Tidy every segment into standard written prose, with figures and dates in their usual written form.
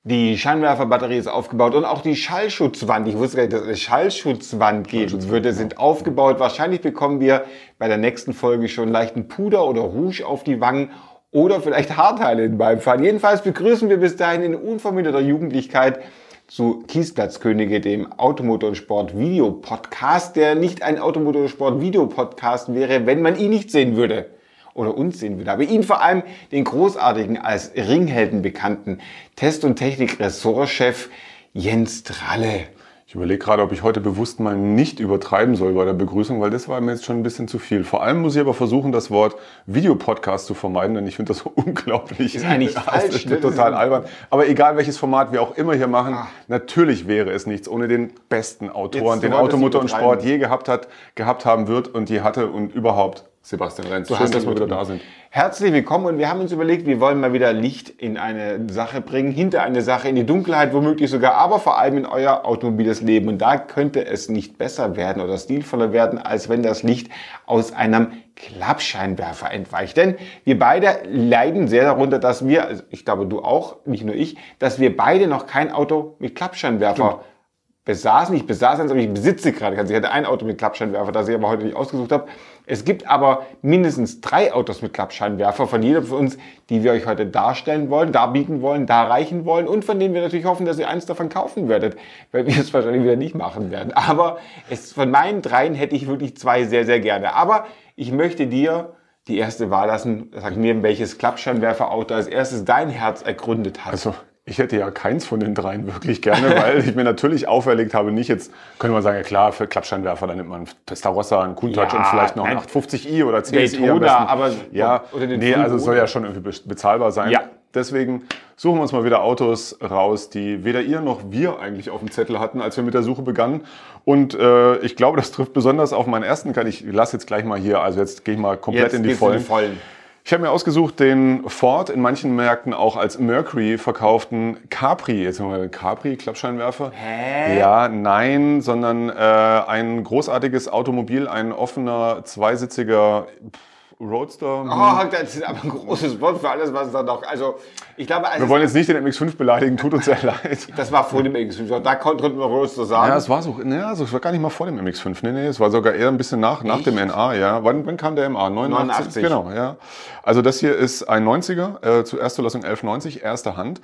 Die Scheinwerferbatterie ist aufgebaut und auch die Schallschutzwand. Ich wusste gar nicht, dass es eine Schallschutzwand geben würde, sind aufgebaut. Wahrscheinlich bekommen wir bei der nächsten Folge schon leichten Puder oder Rouge auf die Wangen oder vielleicht Haarteile beim Fahren. Jedenfalls begrüßen wir bis dahin in unverminderter Jugendlichkeit zu Kiesplatzkönige, dem Automotor- und Sport-Video-Podcast, der nicht ein Automotor- und Sport-Video-Podcast wäre, wenn man ihn nicht sehen würde. Oder uns sehen würde. Aber ihn vor allem, den großartigen, als Ringhelden bekannten Test- und Technik-Ressortchef Jens Tralle. Ich überlege gerade, ob ich heute bewusst mal nicht übertreiben soll bei der Begrüßung, weil das war mir jetzt schon ein bisschen zu viel. Vor allem muss ich aber versuchen, das Wort Videopodcast zu vermeiden, denn ich finde das so unglaublich. Ist eigentlich falsch. Das ist total albern. Aber egal, welches Format wir auch immer hier machen, natürlich wäre es nichts ohne den besten Autoren, den Automotor und Sport je gehabt haben wird und je hatte und überhaupt. Sebastian Renz, schön, dass wir wieder da sind. Herzlich willkommen und wir haben uns überlegt, wir wollen mal wieder Licht in eine Sache bringen, hinter eine Sache, in die Dunkelheit womöglich sogar, aber vor allem in euer automobiles Leben. Und da könnte es nicht besser werden oder stilvoller werden, als wenn das Licht aus einem Klappscheinwerfer entweicht. Denn wir beide leiden sehr darunter, dass wir, also ich glaube du auch, nicht nur ich, dass wir beide noch kein Auto mit Klappscheinwerfer besaßen. Ich besaß eins, aber ich besitze gerade keins. Ich hatte ein Auto mit Klappscheinwerfer, das ich aber heute nicht ausgesucht habe. Es gibt aber mindestens 3 Autos mit Klappscheinwerfer von jedem von uns, die wir euch heute darstellen wollen, darbieten wollen, darreichen wollen und von denen wir natürlich hoffen, dass ihr eins davon kaufen werdet, weil wir es wahrscheinlich wieder nicht machen werden. Aber von meinen 3 hätte ich wirklich 2 sehr, sehr gerne. Aber ich möchte dir die erste Wahl lassen. Sag mir, welches Klappscheinwerferauto als erstes dein Herz ergründet hat. Also ich hätte ja keins von den 3 wirklich gerne, weil ich mir natürlich auferlegt habe, nicht jetzt, könnte man sagen, ja klar, für Klappscheinwerfer, dann nimmt man einen Testarossa, einen Countach und vielleicht noch einen 850i oder CSI. Daytona, aber ja, also es soll ja schon irgendwie bezahlbar sein. Ja. Deswegen suchen wir uns mal wieder Autos raus, die weder ihr noch wir eigentlich auf dem Zettel hatten, als wir mit der Suche begannen. Und ich glaube, das trifft besonders auf meinen ersten. Ich lasse jetzt gleich mal hier, also jetzt gehe ich mal komplett in die Vollen. Ich habe mir ausgesucht den Ford, in manchen Märkten auch als Mercury verkauften Capri. Jetzt haben wir Capri, Klappscheinwerfer. Hä? Ja, nein, sondern ein großartiges Automobil, ein offener, zweisitziger Roadster. Oh, das ist aber ein großes Wort für alles, was da noch. Also, ich glaube, wir wollen jetzt nicht den MX-5 beleidigen, tut uns sehr leid. Das war vor dem MX-5, da konnten wir Roadster sagen. Ja, es war so, es war gar nicht mal vor dem MX-5. Nee, es war sogar eher ein bisschen nach dem NA, ja. Wann kam der MA? 89? Genau, ja. Also das hier ist ein 90er, zur Erstzulassung 1190, erste Hand.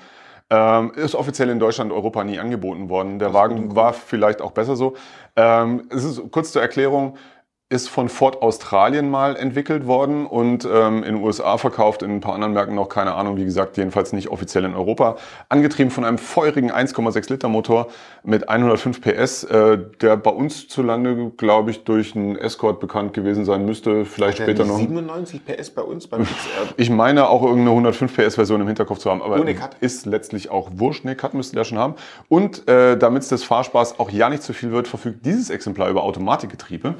Ist offiziell in Deutschland und Europa nie angeboten worden. Der Wagen war vielleicht auch besser so. Es ist kurz zur Erklärung. Ist von Ford Australien mal entwickelt worden und in den USA verkauft, in ein paar anderen Märkten noch, keine Ahnung, wie gesagt, jedenfalls nicht offiziell in Europa. Angetrieben von einem feurigen 1,6 Liter Motor mit 105 PS, der bei uns zu Lande, glaube ich, durch einen Escort bekannt gewesen sein müsste, vielleicht später noch. 97 PS bei uns beim XR? Ich meine auch irgendeine 105 PS Version im Hinterkopf zu haben, aber ohne Cut. Ist letztlich auch wurscht. Ne, Cut müsste der schon haben. Und damit es des Fahrspaß auch ja nicht zu viel wird, verfügt dieses Exemplar über Automatikgetriebe.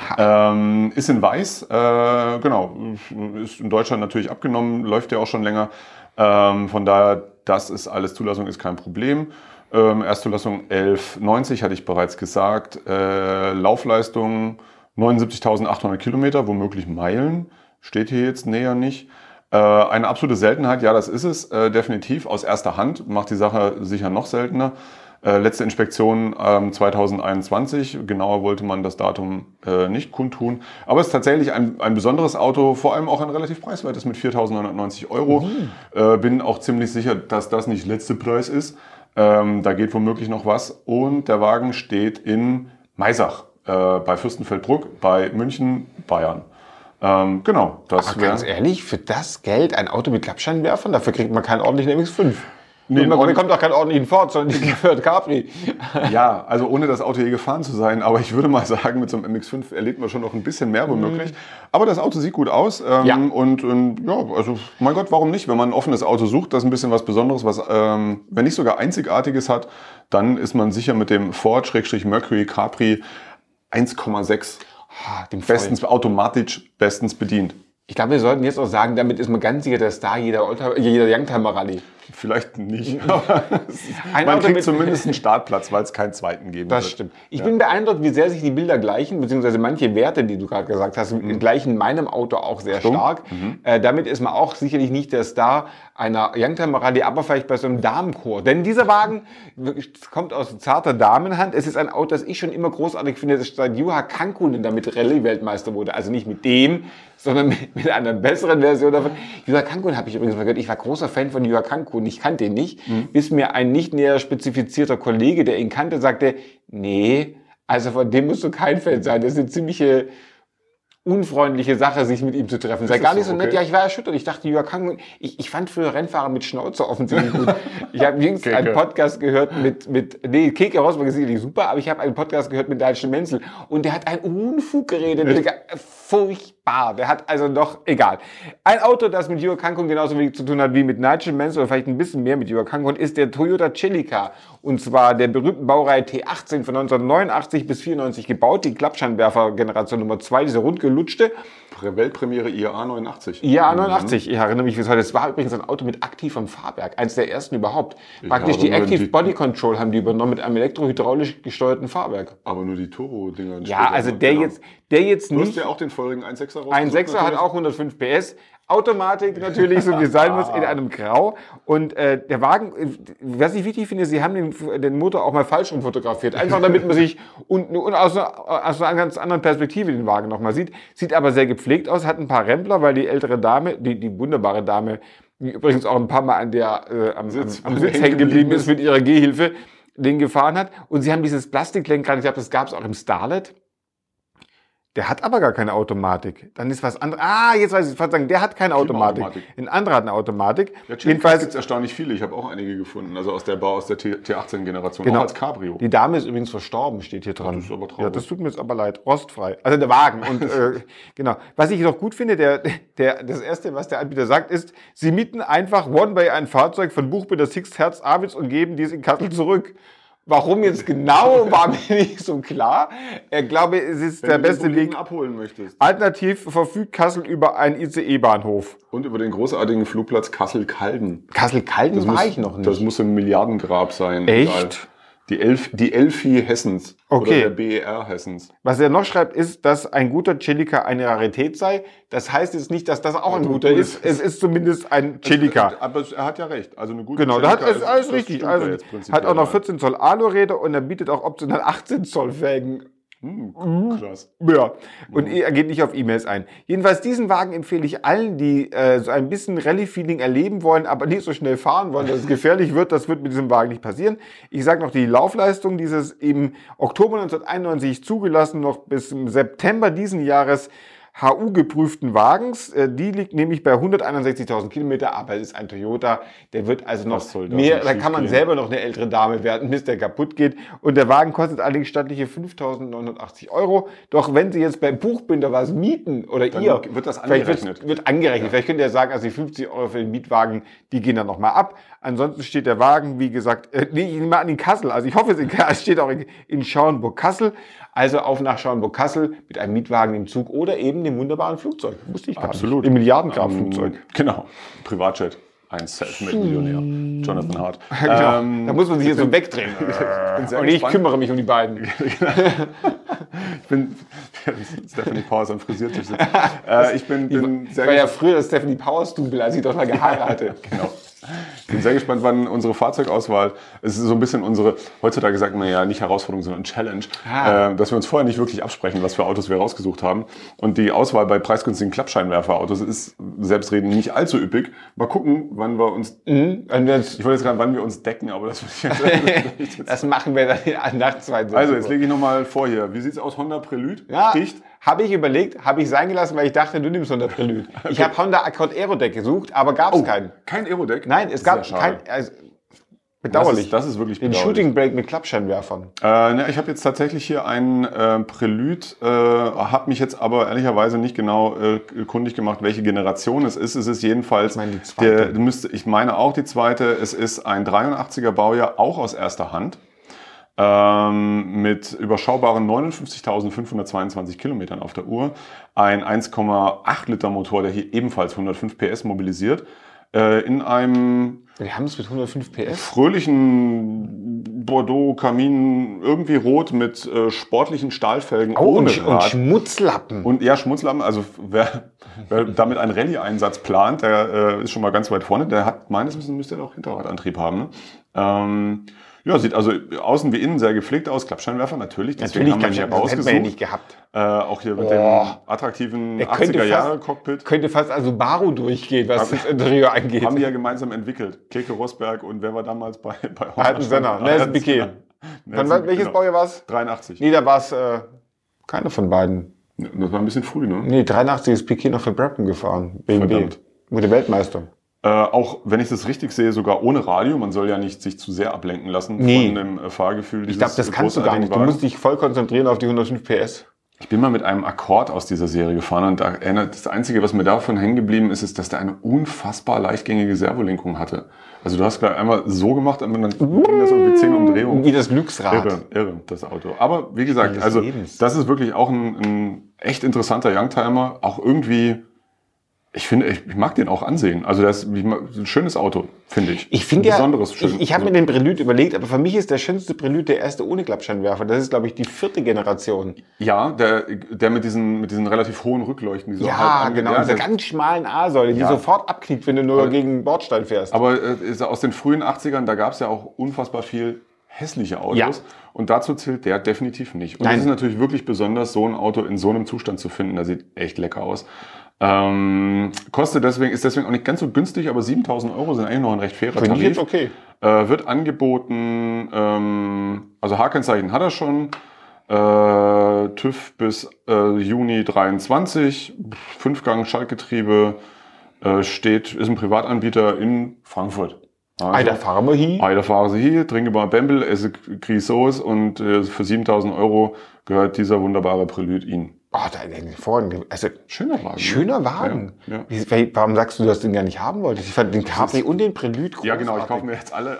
Ist in weiß, genau, ist in Deutschland natürlich abgenommen, läuft ja auch schon länger. Von daher, das ist alles, Zulassung ist kein Problem. Erstzulassung 1190 hatte ich bereits gesagt. Laufleistung 79.800 Kilometer, womöglich Meilen, steht hier jetzt näher nicht. Eine absolute Seltenheit, ja, das ist es, definitiv, aus erster Hand, macht die Sache sicher noch seltener. Letzte Inspektion 2021, genauer wollte man das Datum nicht kundtun. Aber es ist tatsächlich ein besonderes Auto, vor allem auch ein relativ preiswertes mit 4.990 €. Bin auch ziemlich sicher, dass das nicht letzte Preis ist. Da geht womöglich noch was. Und der Wagen steht in Maisach, bei Fürstenfeldbruck, bei München, Bayern. Genau, das wäre. Ganz ehrlich, für das Geld ein Auto mit Klappscheinwerfern, dafür kriegt man keinen ordentlichen MX-5. Nee, man bekommt auch keinen ordentlichen Ford, sondern die gehört Capri. Ja, also ohne das Auto je gefahren zu sein, aber ich würde mal sagen, mit so einem MX-5 erlebt man schon noch ein bisschen mehr womöglich. Aber das Auto sieht gut aus und ja, also mein Gott, warum nicht? Wenn man ein offenes Auto sucht, das ein bisschen was Besonderes, was wenn nicht sogar Einzigartiges hat, dann ist man sicher mit dem Ford-Mercury Capri 1,6 automatisch bestens bedient. Ich glaube, wir sollten jetzt auch sagen, damit ist man ganz sicher der Star jeder Youngtimer-Rallye. Vielleicht nicht, aber man Auto kriegt mit- zumindest einen Startplatz, weil es keinen zweiten geben wird. Das stimmt. Ich bin beeindruckt, wie sehr sich die Bilder gleichen, beziehungsweise manche Werte, die du gerade gesagt hast, gleichen meinem Auto auch sehr stark. Damit ist man auch sicherlich nicht der Star einer Youngtimer Rallye, aber vielleicht bei so einem Damenchor. Denn dieser Wagen kommt aus zarter Damenhand. Es ist ein Auto, das ich schon immer großartig finde, das seit Juha Kankkunen damit Rallye-Weltmeister wurde. Also nicht mit dem, sondern mit einer besseren Version davon. Juha Kankkunen habe ich übrigens mal gehört. Ich war großer Fan von Juha Kankkunen. Ich kannte ihn nicht, bis mir ein nicht näher spezifizierter Kollege, der ihn kannte, sagte, nee, also von dem musst du kein Fan sein. Das ist eine ziemliche unfreundliche Sache, sich mit ihm zu treffen. Sei gar nicht so nett. Ja, ich war erschüttert. Ich dachte, Juha Kankkunen, ich fand früher Rennfahrer mit Schnauze offensichtlich gut. Ich habe jüngst einen Podcast gehört mit Keke Rosberg ist sicherlich super, aber ich habe einen Podcast gehört mit Nigel Mansell und der hat einen Unfug geredet. Furchtbar. Der hat also doch, egal. Ein Auto, das mit Juha Kankkunen genauso wenig zu tun hat wie mit Nigel Mansell oder vielleicht ein bisschen mehr mit Juha Kankkunen, ist der Toyota Celica. Und zwar der berühmten Baureihe T18 von 1989 bis 94 gebaut. Die Klappscheinwerfer-Generation Nummer 2, diese rundgelutschte. Weltpremiere IAA 89. IAA 89, ich erinnere mich bis heute. Das war übrigens ein Auto mit aktivem Fahrwerk. Eins der ersten überhaupt. Praktisch die Active Body Control haben die übernommen mit einem elektrohydraulisch gesteuerten Fahrwerk. Aber nur die Turbo-Dinger. Ja, also der jetzt Du nicht. hast ja auch den feurigen 1.6er rausgesucht. Ein 6er hat auch 105 PS. Automatik natürlich, so wie es sein muss, in einem Grau. Und der Wagen, was ich wichtig finde, sie haben den Motor auch mal falsch rum fotografiert. Einfach damit man sich und aus einer ganz anderen Perspektive den Wagen nochmal sieht. Sieht aber sehr gepflegt aus, hat ein paar Rempler, weil die ältere Dame, die wunderbare Dame, die übrigens auch ein paar Mal am Sitz hängen geblieben ist mit ihrer Gehhilfe, den gefahren hat. Und sie haben dieses Plastiklenkrad, ich glaube, das gab es auch im Starlet. Der hat aber gar keine Automatik. Dann ist was anderes. Jetzt weiß ich, sagen, der hat keine Automatik. Ein anderer hat eine Automatik. Ja, jedenfalls gibt es erstaunlich viele. Ich habe auch einige gefunden. Also aus der T18-Generation. Genau. Auch als Cabrio. Die Dame ist übrigens verstorben, steht hier dran. Das ist aber traurig. Ja, das tut mir jetzt aber leid. Rostfrei. Also der Wagen. Und genau. Was ich noch gut finde, das Erste, was der Anbieter sagt, ist, sie mieten einfach One-Way ein Fahrzeug von Buchbinder Sixt Herz Arwitz und geben dies in Kassel zurück. Warum jetzt genau, war mir nicht so klar. Ich glaube, es ist der beste Weg. Abholen möchtest. Alternativ verfügt Kassel über einen ICE-Bahnhof. Und über den großartigen Flugplatz Kassel-Calden. Kassel-Calden war ich noch nicht. Das muss ein Milliardengrab sein. Echt? Egal. Die Elfi Hessens. Okay. Oder der BER Hessens. Was er noch schreibt, ist, dass ein guter Celica eine Rarität sei. Das heißt jetzt nicht, dass das auch ein guter ist. Es ist zumindest ein Celica. Aber er hat ja recht. Also eine gute Genau, da hat alles richtig. Also, hat auch noch prinzipiell 14 Zoll Aluräder und er bietet auch optional 18 Zoll Felgen. Krass. Ja, und er geht nicht auf E-Mails ein. Jedenfalls diesen Wagen empfehle ich allen, die so ein bisschen Rallye-Feeling erleben wollen, aber nicht so schnell fahren wollen, dass es gefährlich wird. Das wird mit diesem Wagen nicht passieren. Ich sage noch die Laufleistung dieses im Oktober 1991 zugelassen, noch bis im September diesen Jahres HU-geprüften Wagens. Die liegt nämlich bei 161.000 Kilometer, aber es ist ein Toyota. Der wird also noch mehr, da kann man selber noch eine ältere Dame werden, bis der kaputt geht. Und der Wagen kostet allerdings stattliche 5.980 €. Doch wenn Sie jetzt beim Buchbinder was mieten oder dann ihr, wird das angerechnet. Wird angerechnet. Ja. Vielleicht könnt ihr sagen, also die 50 € für den Mietwagen, die gehen dann nochmal ab. Ansonsten steht der Wagen, wie gesagt, ich nehme an in Kassel. Also ich hoffe, es steht auch in Schauenburg-Kassel. Also auf nach Schauenburg-Kassel mit einem Mietwagen im Zug oder eben dem wunderbaren Flugzeug. Wusste ich gar Absolut. nicht. Im Milliardengrad-Flugzeug. Genau. Privatjet. Ein Selfmade-Millionär. Jonathan Hart. Genau. Da muss man sich jetzt so wegdrehen. Und ich kümmere mich um die beiden. Stephanie Powers am Friseurtisch sitzt. Ich war ja früher das Stephanie Powers-Double, als ich doch mal Haare hatte. Genau. Ich bin sehr gespannt, wann unsere Fahrzeugauswahl, es ist so ein bisschen heutzutage sagt man ja nicht Herausforderung, sondern Challenge, dass wir uns vorher nicht wirklich absprechen, was für Autos wir rausgesucht haben. Und die Auswahl bei preisgünstigen Klappscheinwerferautos ist selbstredend nicht allzu üppig. Mal gucken, wann wir uns, ich wollte jetzt gerade, wann wir uns decken, aber das würde ich jetzt das machen wir dann nach 2 Also, jetzt lege ich nochmal vor hier. Wie sieht's aus? Honda Prelude? Ja. Sticht? Habe ich überlegt, habe ich sein gelassen, weil ich dachte, du nimmst Honda Prelude. Okay. Ich habe Honda Accord Aerodeck gesucht, aber gab es keinen. Kein Aerodeck? Nein, es gab kein. Also, bedauerlich. Das ist wirklich bedauerlich. Den Shooting Brake mit Klappscheinwerfern. Ich habe jetzt tatsächlich hier einen Prelude, habe mich jetzt aber ehrlicherweise nicht genau kundig gemacht, welche Generation es ist. Es ist jedenfalls, die zweite. Ich meine auch die zweite. Es ist ein 83er Baujahr, auch aus erster Hand. Mit überschaubaren 59.522 Kilometern auf der Uhr. Ein 1,8 Liter Motor, der hier ebenfalls 105 PS mobilisiert. in einem Wir haben es mit 105 PS. fröhlichen Bordeaux-Kamin, irgendwie rot mit sportlichen Stahlfelgen ohne und Rad. Schmutzlappen. Und ja, Schmutzlappen, also wer damit einen Rallye-Einsatz plant, der ist schon mal ganz weit vorne. Der hat meines Wissens müsste er auch Hinterradantrieb haben. Ne? Ja, sieht also außen wie innen sehr gepflegt aus. Klappscheinwerfer natürlich. Deswegen haben wir ihn hier das hätten wir ja rausgesucht. nicht gehabt. Auch hier mit dem attraktiven Der könnte 80er-Jahre-Cockpit. Könnte fast also Subaru durchgehen, was das Interieur angeht. Haben die ja gemeinsam entwickelt. Keke Rosberg und wer war damals bei Alten Senna. Nelson Piquet. Welches Baujahr war es? 83. Nee, da war es keiner von beiden. Das war ein bisschen früh, ne? Nee, 83 ist Piquet noch für Brabham gefahren. BMW. Verdammt. Wurde Weltmeister. Auch wenn ich das richtig sehe, sogar ohne Radio. Man soll ja nicht sich zu sehr ablenken lassen von dem Fahrgefühl. Ich glaube, das kannst du gar nicht. Du musst dich voll konzentrieren auf die 105 PS. Ich bin mal mit einem Akkord aus dieser Serie gefahren und das Einzige, was mir davon hängen geblieben ist, ist, dass der eine unfassbar leichtgängige Servolenkung hatte. Also du hast gleich einmal so gemacht und dann ging das irgendwie 10 Umdrehungen. Wie das Glücksrad. Irre, das Auto. Aber wie gesagt, also das ist wirklich auch ein echt interessanter Youngtimer. Auch irgendwie, ich finde, ich mag den auch ansehen. Also das ist ein schönes Auto, finde ich. Ich finde ja, besonderes ich habe mir den Prelude überlegt, aber für mich ist der schönste Prelude der erste ohne Klappscheinwerfer. Das ist, glaube ich, die 4. Generation. Ja, der mit diesen relativ hohen Rückleuchten. Die so genau, diese ganz schmalen A-Säule, die sofort abknickt, wenn du nur gegen den Bordstein fährst. Aber aus den frühen 80ern, da gab es ja auch unfassbar viel hässliche Autos. Ja. Und dazu zählt der definitiv nicht. Und das ist natürlich wirklich besonders, so ein Auto in so einem Zustand zu finden. Der sieht echt lecker aus. Ist deswegen auch nicht ganz so günstig, aber 7.000 € sind eigentlich noch ein recht fairer Tarif. Finde ich jetzt okay. Wird angeboten, also H-Kennzeichen hat er schon, TÜV bis Juni 23, 5-Gang-Schaltgetriebe, ist ein Privatanbieter in Frankfurt. Also, da fahren wir hier, trinke mal Bembel, esse Grisauce und für 7.000 € gehört dieser wunderbare Prelude Ihnen. Oh, da hervorragend. Also, schöner Wagen. Schöner Wagen. Ja. Warum sagst du, dass du den gar nicht haben wolltest? Ich fand den Capri und den Prelude großartig. Ja, genau. Ich kaufe mir jetzt alles.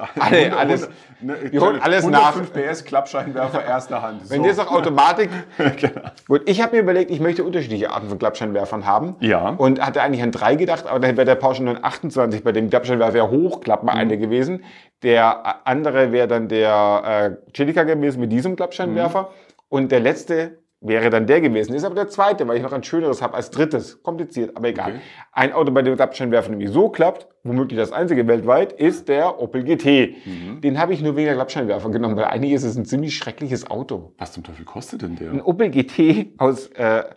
Wir holen alles 105 nach. 105 PS Klappscheinwerfer erster Hand. Wenn jetzt auch Automatik. Genau. Gut, ich habe mir überlegt, ich möchte unterschiedliche Arten von Klappscheinwerfern haben. Ja. Und hatte eigentlich an 3 gedacht, aber dann wäre der Porsche 928 bei dem Klappscheinwerfer ja Hochklappen eine gewesen. Der andere wäre dann der Celica gewesen mit diesem Klappscheinwerfer. Und der letzte wäre dann der gewesen. Ist aber der zweite, weil ich noch ein schöneres habe als drittes. Kompliziert, aber egal. Okay. Ein Auto, bei dem Klappscheinwerfer nämlich so klappt, womöglich das einzige weltweit, ist der Opel GT. Den habe ich nur wegen der Klappscheinwerfer genommen, weil eigentlich ist es ein ziemlich schreckliches Auto. Was zum Teufel kostet denn der? Ein Opel GT aus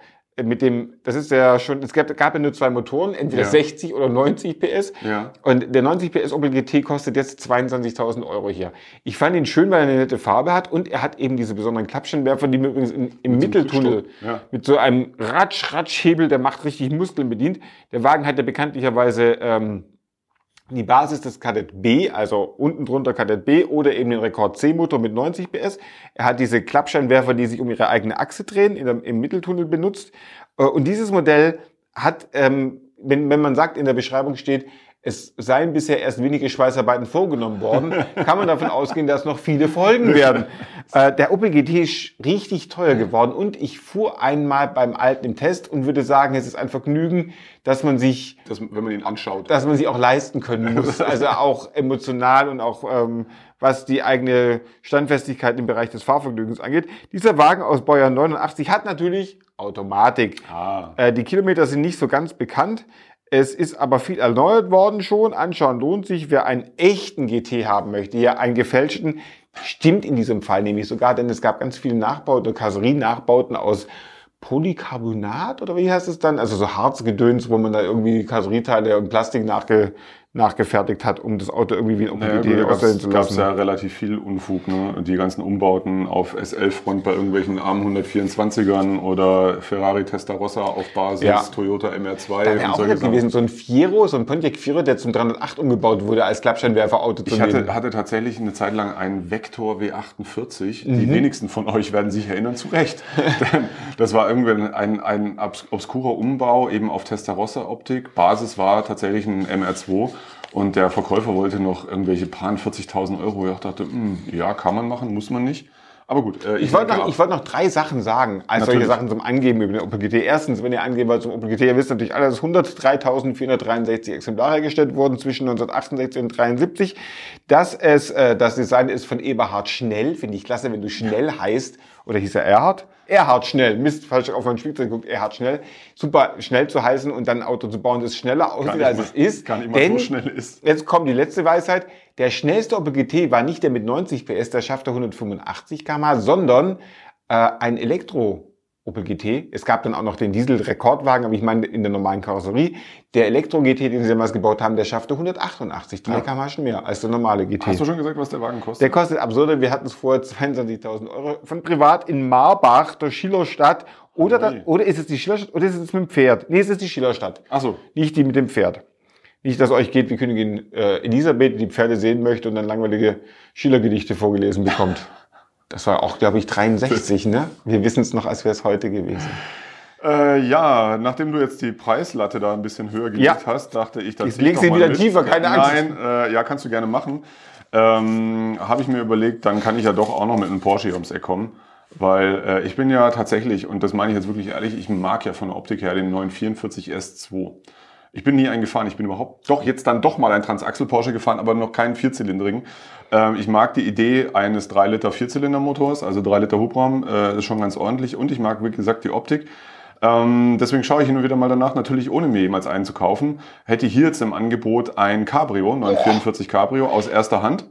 das ist ja schon, es gab ja nur 2 Motoren, entweder 60 oder 90 PS. Ja. Und der 90 PS Opel GT kostet jetzt 22.000 € hier. Ich fand ihn schön, weil er eine nette Farbe hat und er hat eben diese besonderen Klappscheinwerfer, die man übrigens im Mitteltunnel mit so einem Ratsch-Ratsch-Hebel, der macht richtig Muskeln bedient. Der Wagen hat ja bekanntlicherweise die Basis des Kadett B, also unten drunter Kadett B oder eben den Rekord C-Motor mit 90 PS. Er hat diese Klappscheinwerfer, die sich um ihre eigene Achse drehen, im Mitteltunnel benutzt. Und dieses Modell hat, wenn man sagt, in der Beschreibung steht, es seien bisher erst wenige Schweißarbeiten vorgenommen worden, kann man davon ausgehen, dass noch viele folgen werden. Der Opel GT ist richtig teuer geworden und ich fuhr einmal beim alten im Test und würde sagen, es ist ein Vergnügen, dass man sich, wenn man ihn anschaut, dass man sich auch leisten können muss. Also auch emotional und auch was die eigene Standfestigkeit im Bereich des Fahrvergnügens angeht. Dieser Wagen aus Baujahr 89 hat natürlich Automatik. Die Kilometer sind nicht so ganz bekannt. Es ist aber viel erneuert worden schon. Anschauen lohnt sich, wer einen echten GT haben möchte. Ja, einen gefälschten stimmt in diesem Fall nämlich sogar, denn es gab ganz viele Nachbauten, Karosserienachbauten aus Polycarbonat oder wie heißt es dann? Also so Harzgedöns, wo man da irgendwie Karosserieteile und Plastik nachgefertigt hat, um das Auto irgendwie wie ein Opel GT aussehen zu lassen. Da gab es ja relativ viel Unfug, ne? Die ganzen Umbauten auf S11-Front bei irgendwelchen armen 124ern oder Ferrari Testarossa auf Basis Toyota MR2. Da wäre auch nett gewesen, so ein Fiero, so ein Pontiac Fiero, der zum 308 umgebaut wurde als Klappscheinwerferauto zu nehmen. Ich hatte tatsächlich eine Zeit lang einen Vector W48. Die wenigsten von euch werden sich erinnern, zu Recht. Das war irgendwie ein obskurer Umbau eben auf Testarossa-Optik. Basis war tatsächlich ein MR2. Und der Verkäufer wollte noch irgendwelche paar 40.000 €. Ich dachte, ja, kann man machen, muss man nicht. Aber gut. Ich wollte noch 3 Sachen sagen, als solche Sachen zum Angeben über den Opel GT. Erstens, wenn ihr angeben wollt zum Opel GT, ihr wisst natürlich alle, dass 103.463 Exemplare hergestellt wurden zwischen 1968 und 1973. Das Design ist von Eberhard Schnell, finde ich klasse, wenn du Schnell heißt, oder hieß er Erhard? Erhard Schnell, Mist, falsch auf mein Spielzeug geguckt, Erhard Schnell. Super, schnell zu heißen und dann ein Auto zu bauen, das schneller aussieht, als es ist. Gar nicht mal so schnell ist. Jetzt kommt die letzte Weisheit. Der schnellste Opel GT war nicht der mit 90 PS, der schaffte 185 km/h, sondern ein Elektro-Opel GT. Es gab dann auch noch den Diesel-Rekordwagen, aber ich meine in der normalen Karosserie. Der Elektro-GT, den sie damals gebaut haben, der schaffte 188, 3 km/h schon mehr als der normale GT. Hast du schon gesagt, was der Wagen kostet? Der kostet absurde, wir hatten es vorher 22.000 € von privat in Marbach, der Schillerstadt. Oder ist es die Schillerstadt oder ist es mit dem Pferd? Nee, es ist die Schillerstadt. Ach so. Nicht die mit dem Pferd. Nicht, dass euch geht wie Königin Elisabeth, die Pferde sehen möchte und dann langweilige Schillergedichte vorgelesen bekommt. Das war auch, glaube ich, 63, ne? Wir wissen es noch, als wäre es heute gewesen. Ja, nachdem du jetzt die Preislatte da ein bisschen höher gelegt hast, dachte ich, ich lege sie wieder tiefer, keine Angst. Nein, ja, kannst du gerne machen. Habe ich mir überlegt, dann kann ich ja doch auch noch mit einem Porsche ums Eck kommen. Weil ich bin ja tatsächlich, und das meine ich jetzt wirklich ehrlich, ich mag ja von der Optik her den neuen 44 S2. Ich bin nie einen gefahren, ich bin jetzt doch mal ein Transaxle Porsche gefahren, aber noch keinen vierzylindrigen. Ich mag die Idee eines 3 Liter Vierzylinder-Motors, also 3 Liter Hubraum, ist schon ganz ordentlich und ich mag, wie gesagt, die Optik. Deswegen schaue ich hin und wieder mal danach, natürlich ohne mir jemals einen zu kaufen. Hätte hier jetzt im Angebot ein Cabrio, 944 Cabrio aus erster Hand.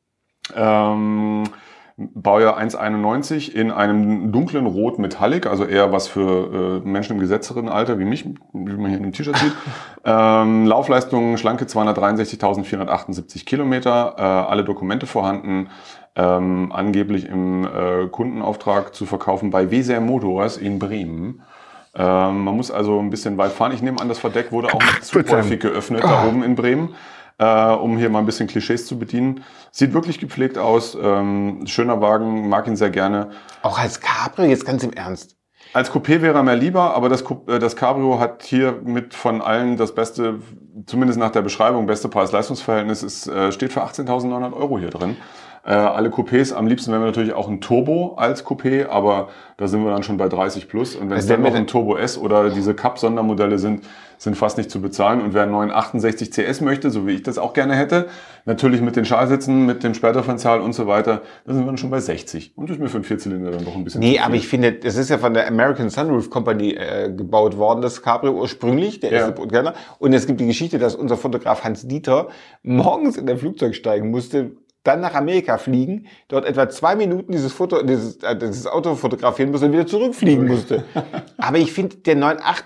Baujahr 1,91 in einem dunklen Rot Metallic, also eher was für Menschen im gesetzteren Alter wie mich, wie man hier in dem T-Shirt sieht. Laufleistung schlanke 263.478 Kilometer, alle Dokumente vorhanden, angeblich im Kundenauftrag zu verkaufen bei Weser Motors in Bremen. Man muss also ein bisschen weit fahren. Ich nehme an, das Verdeck wurde auch nicht zu häufig geöffnet da oben in Bremen. Um hier mal ein bisschen Klischees zu bedienen. Sieht wirklich gepflegt aus, schöner Wagen, mag ihn sehr gerne. Auch als Cabrio, jetzt ganz im Ernst. Als Coupé wäre er mir lieber, aber das Cabrio hat hier mit von allen das beste, zumindest nach der Beschreibung, beste Preis-Leistungs-Verhältnis, steht für 18.900 € hier drin. Alle Coupés, am liebsten wären wir natürlich auch ein Turbo als Coupé, aber da sind wir dann schon bei 30 plus. Und wenn es dann noch ein Turbo S oder diese Cup-Sondermodelle sind fast nicht zu bezahlen. Und wer einen neuen 68 CS möchte, so wie ich das auch gerne hätte, natürlich mit den Schalsitzen, mit dem Sperrdifferential und so weiter, da sind wir dann schon bei 60. Und das ist mir für einen Vierzylinder dann doch ein bisschen Nee, aber ich finde, das ist ja von der American Sunroof Company gebaut worden, das Cabrio ursprünglich, der erste Prototyp. Und es gibt die Geschichte, dass unser Fotograf Hans Dieter morgens in ein Flugzeug steigen musste, dann nach Amerika fliegen, dort etwa 2 Minuten dieses Auto fotografieren musste und wieder zurückfliegen musste. Aber ich finde, der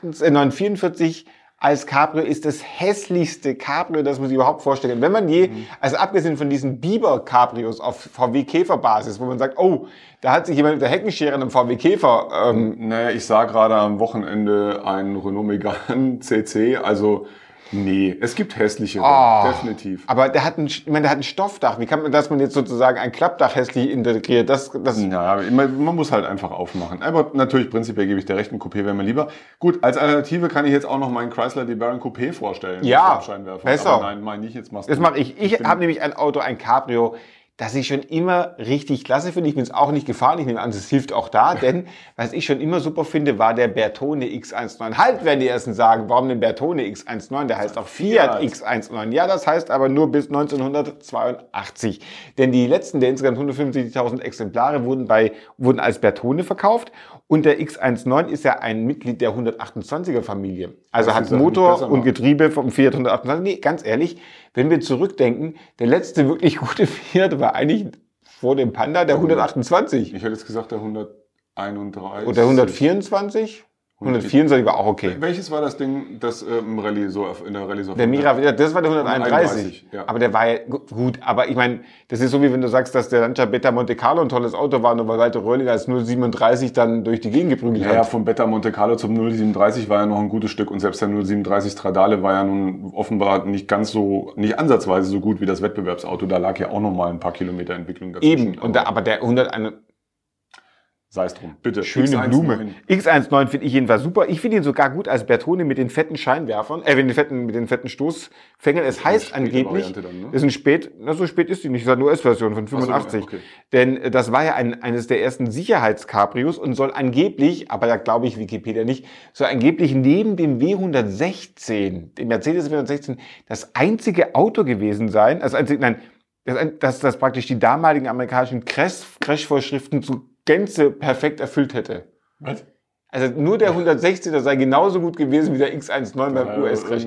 944 als Cabrio ist das hässlichste Cabrio, das man sich überhaupt vorstellen kann. Wenn man also abgesehen von diesen Biber-Cabrios auf VW-Käfer-Basis, wo man sagt, oh, da hat sich jemand mit der Heckenschere einem VW-Käfer... Naja, ich sah gerade am Wochenende einen Renault Megane CC, also... Nee, es gibt hässliche, definitiv. Aber der hat ein Stoffdach. Wie kann man, dass man jetzt sozusagen ein Klappdach hässlich integriert? Ja, man muss halt einfach aufmachen. Aber natürlich, prinzipiell gebe ich dir recht, ein Coupé wäre mir lieber. Gut, als Alternative kann ich jetzt auch noch meinen Chrysler LeBaron Coupé vorstellen. Ja, besser. Aber nein, meine ich, jetzt machst du. Das mache ich. Ich habe nämlich ein Auto, ein Cabrio, das ich schon immer richtig klasse finde. Ich bin es auch nicht gefahren. Ich nehme an, es hilft auch da, denn was ich schon immer super finde, war der Bertone X19. Halt, werden die Ersten sagen, warum den Bertone X19? Der heißt auch Fiat X19. Ja, das heißt aber nur bis 1982. Denn die letzten der insgesamt 150.000 Exemplare wurden als Bertone verkauft. Und der X19 ist ja ein Mitglied der 128er Familie. Also hat Motor und Getriebe vom Fiat 128. Nee, ganz ehrlich, wenn wir zurückdenken, der letzte wirklich gute Fiat war eigentlich vor dem Panda der 128. Ich hätte jetzt gesagt der 131. Oder 124? 124 war auch okay. Welches war das Ding, das im Rallye so in der Rallye so? Der Mira, das war der 131. Ja. Aber der war ja gut. Aber ich meine, das ist so wie wenn du sagst, dass der Lancia Beta Monte Carlo ein tolles Auto war, nur weil Walter Röhrling als 037 dann durch die Gegend geprügelt hat. Ja, vom Beta Monte Carlo zum 037 war ja noch ein gutes Stück und selbst der 037 Stradale war ja nun offenbar nicht ansatzweise so gut wie das Wettbewerbsauto. Da lag ja auch noch mal ein paar Kilometer Entwicklung dazwischen. Eben. Aber der 101 Sei es drum. Bitte. Schöne X19. Blume. X19 finde ich jedenfalls super. Ich finde ihn sogar gut als Bertone mit den fetten Scheinwerfern, mit den fetten Stoßfängern. Es heißt angeblich, Dann, ne? ist ein so spät ist die nicht, das ist eine US-Version von 85. Okay. Denn das war ja eines der ersten Sicherheitscabrios und soll angeblich, aber da glaube ich Wikipedia nicht, soll angeblich neben dem W116, dem Mercedes W116, das einzige Auto gewesen sein, das praktisch die damaligen amerikanischen Crash-Vorschriften zu Gänze perfekt erfüllt hätte. Was? Also nur der 116er sei genauso gut gewesen wie der X19 beim US-Crash.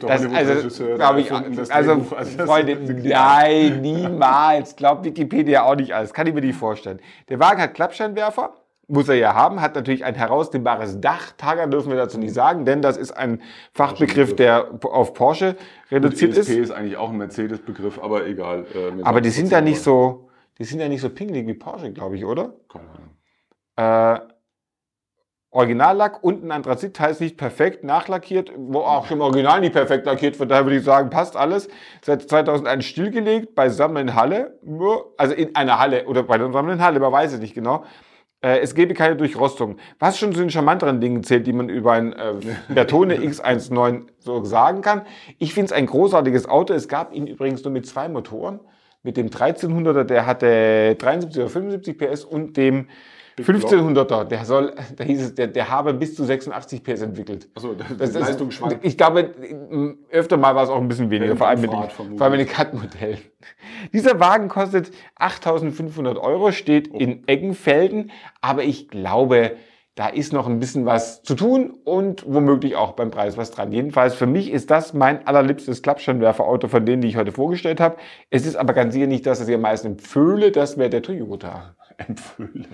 Glaube ich, Freunde, nein, niemals. Glaubt Wikipedia auch nicht alles. Kann ich mir nicht vorstellen. Der Wagen hat Klappscheinwerfer. Muss er ja haben, hat natürlich ein herausnehmbares Dach. Targa dürfen wir dazu nicht sagen, denn das ist ein Fachbegriff, der auf Porsche reduziert ist. ESP ist eigentlich auch ein Mercedes-Begriff, aber egal. Aber die sind ja nicht so pingelig wie Porsche, glaube ich, oder? Keine Ahnung. Originallack, unten Anthrazit, heißt nicht perfekt nachlackiert, wo auch im Original nicht perfekt lackiert, von daher würde ich sagen, passt alles. Seit 2001 stillgelegt, beisammen in Halle, also in einer Halle oder bei der Sammlung in Halle, man weiß es nicht genau. Es gebe keine Durchrostung. Was schon zu den charmanteren Dingen zählt, die man über ein Bertone X19 so sagen kann. Ich finde es ein großartiges Auto. Es gab ihn übrigens nur mit 2 Motoren. Mit dem 1300er, der hatte 73 oder 75 PS und dem 1500er, da hieß es, der habe bis zu 86 PS entwickelt. Achso, das Leistung schwankt. Ich glaube, öfter mal war es auch ein bisschen weniger, vor allem mit den Cut-Modellen. Dieser Wagen kostet 8.500 €, steht in Eggenfelden, aber ich glaube, da ist noch ein bisschen was zu tun und womöglich auch beim Preis was dran. Jedenfalls für mich ist das mein allerliebstes Klappscheinwerferauto von denen, die ich heute vorgestellt habe. Es ist aber ganz sicher nicht das, was ich am meisten empfehle, das wäre der Toyota. Empfehle.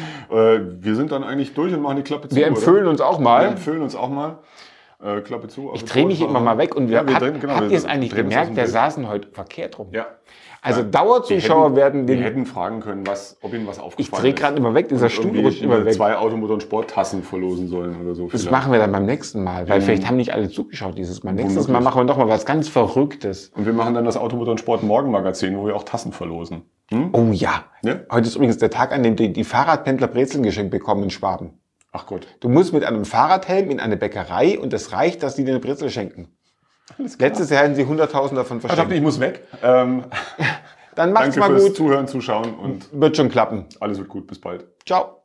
Wir sind dann eigentlich durch und machen die Klappe zu. Wir empfehlen uns auch mal. Wir empfehlen uns auch mal. Klappe zu. Also ich drehe mich immer mal weg und habt ihr es eigentlich gemerkt, wir Bild. saßen heute verkehrt rum. Ja. Also Dauerzuschauer werden den... Wir hätten fragen können, ob ihnen was aufgefallen ist. Ich drehe gerade immer weg, dieser Stuhl rutscht immer weg. 2 Automotor- und Sporttassen verlosen sollen oder so. Das machen wir dann beim nächsten Mal, weil vielleicht haben nicht alle zugeschaut dieses Mal. Nächstes Mal machen wir doch mal was ganz Verrücktes. Und wir machen dann das Automotor- und Sport-Morgenmagazin, wo wir auch Tassen verlosen. Oh ja. Heute ist übrigens der Tag, an dem die Fahrradpendler Brezeln geschenkt bekommen in Schwaben. Ach Gott. Du musst mit einem Fahrradhelm in eine Bäckerei und es reicht, dass die dir eine Brezel schenken. Letztes Jahr hatten sie 100.000 davon verschenkt. Ich muss weg. Dann macht's Danke mal fürs gut. Zuhören, Zuschauen und wird schon klappen. Alles wird gut. Bis bald. Ciao.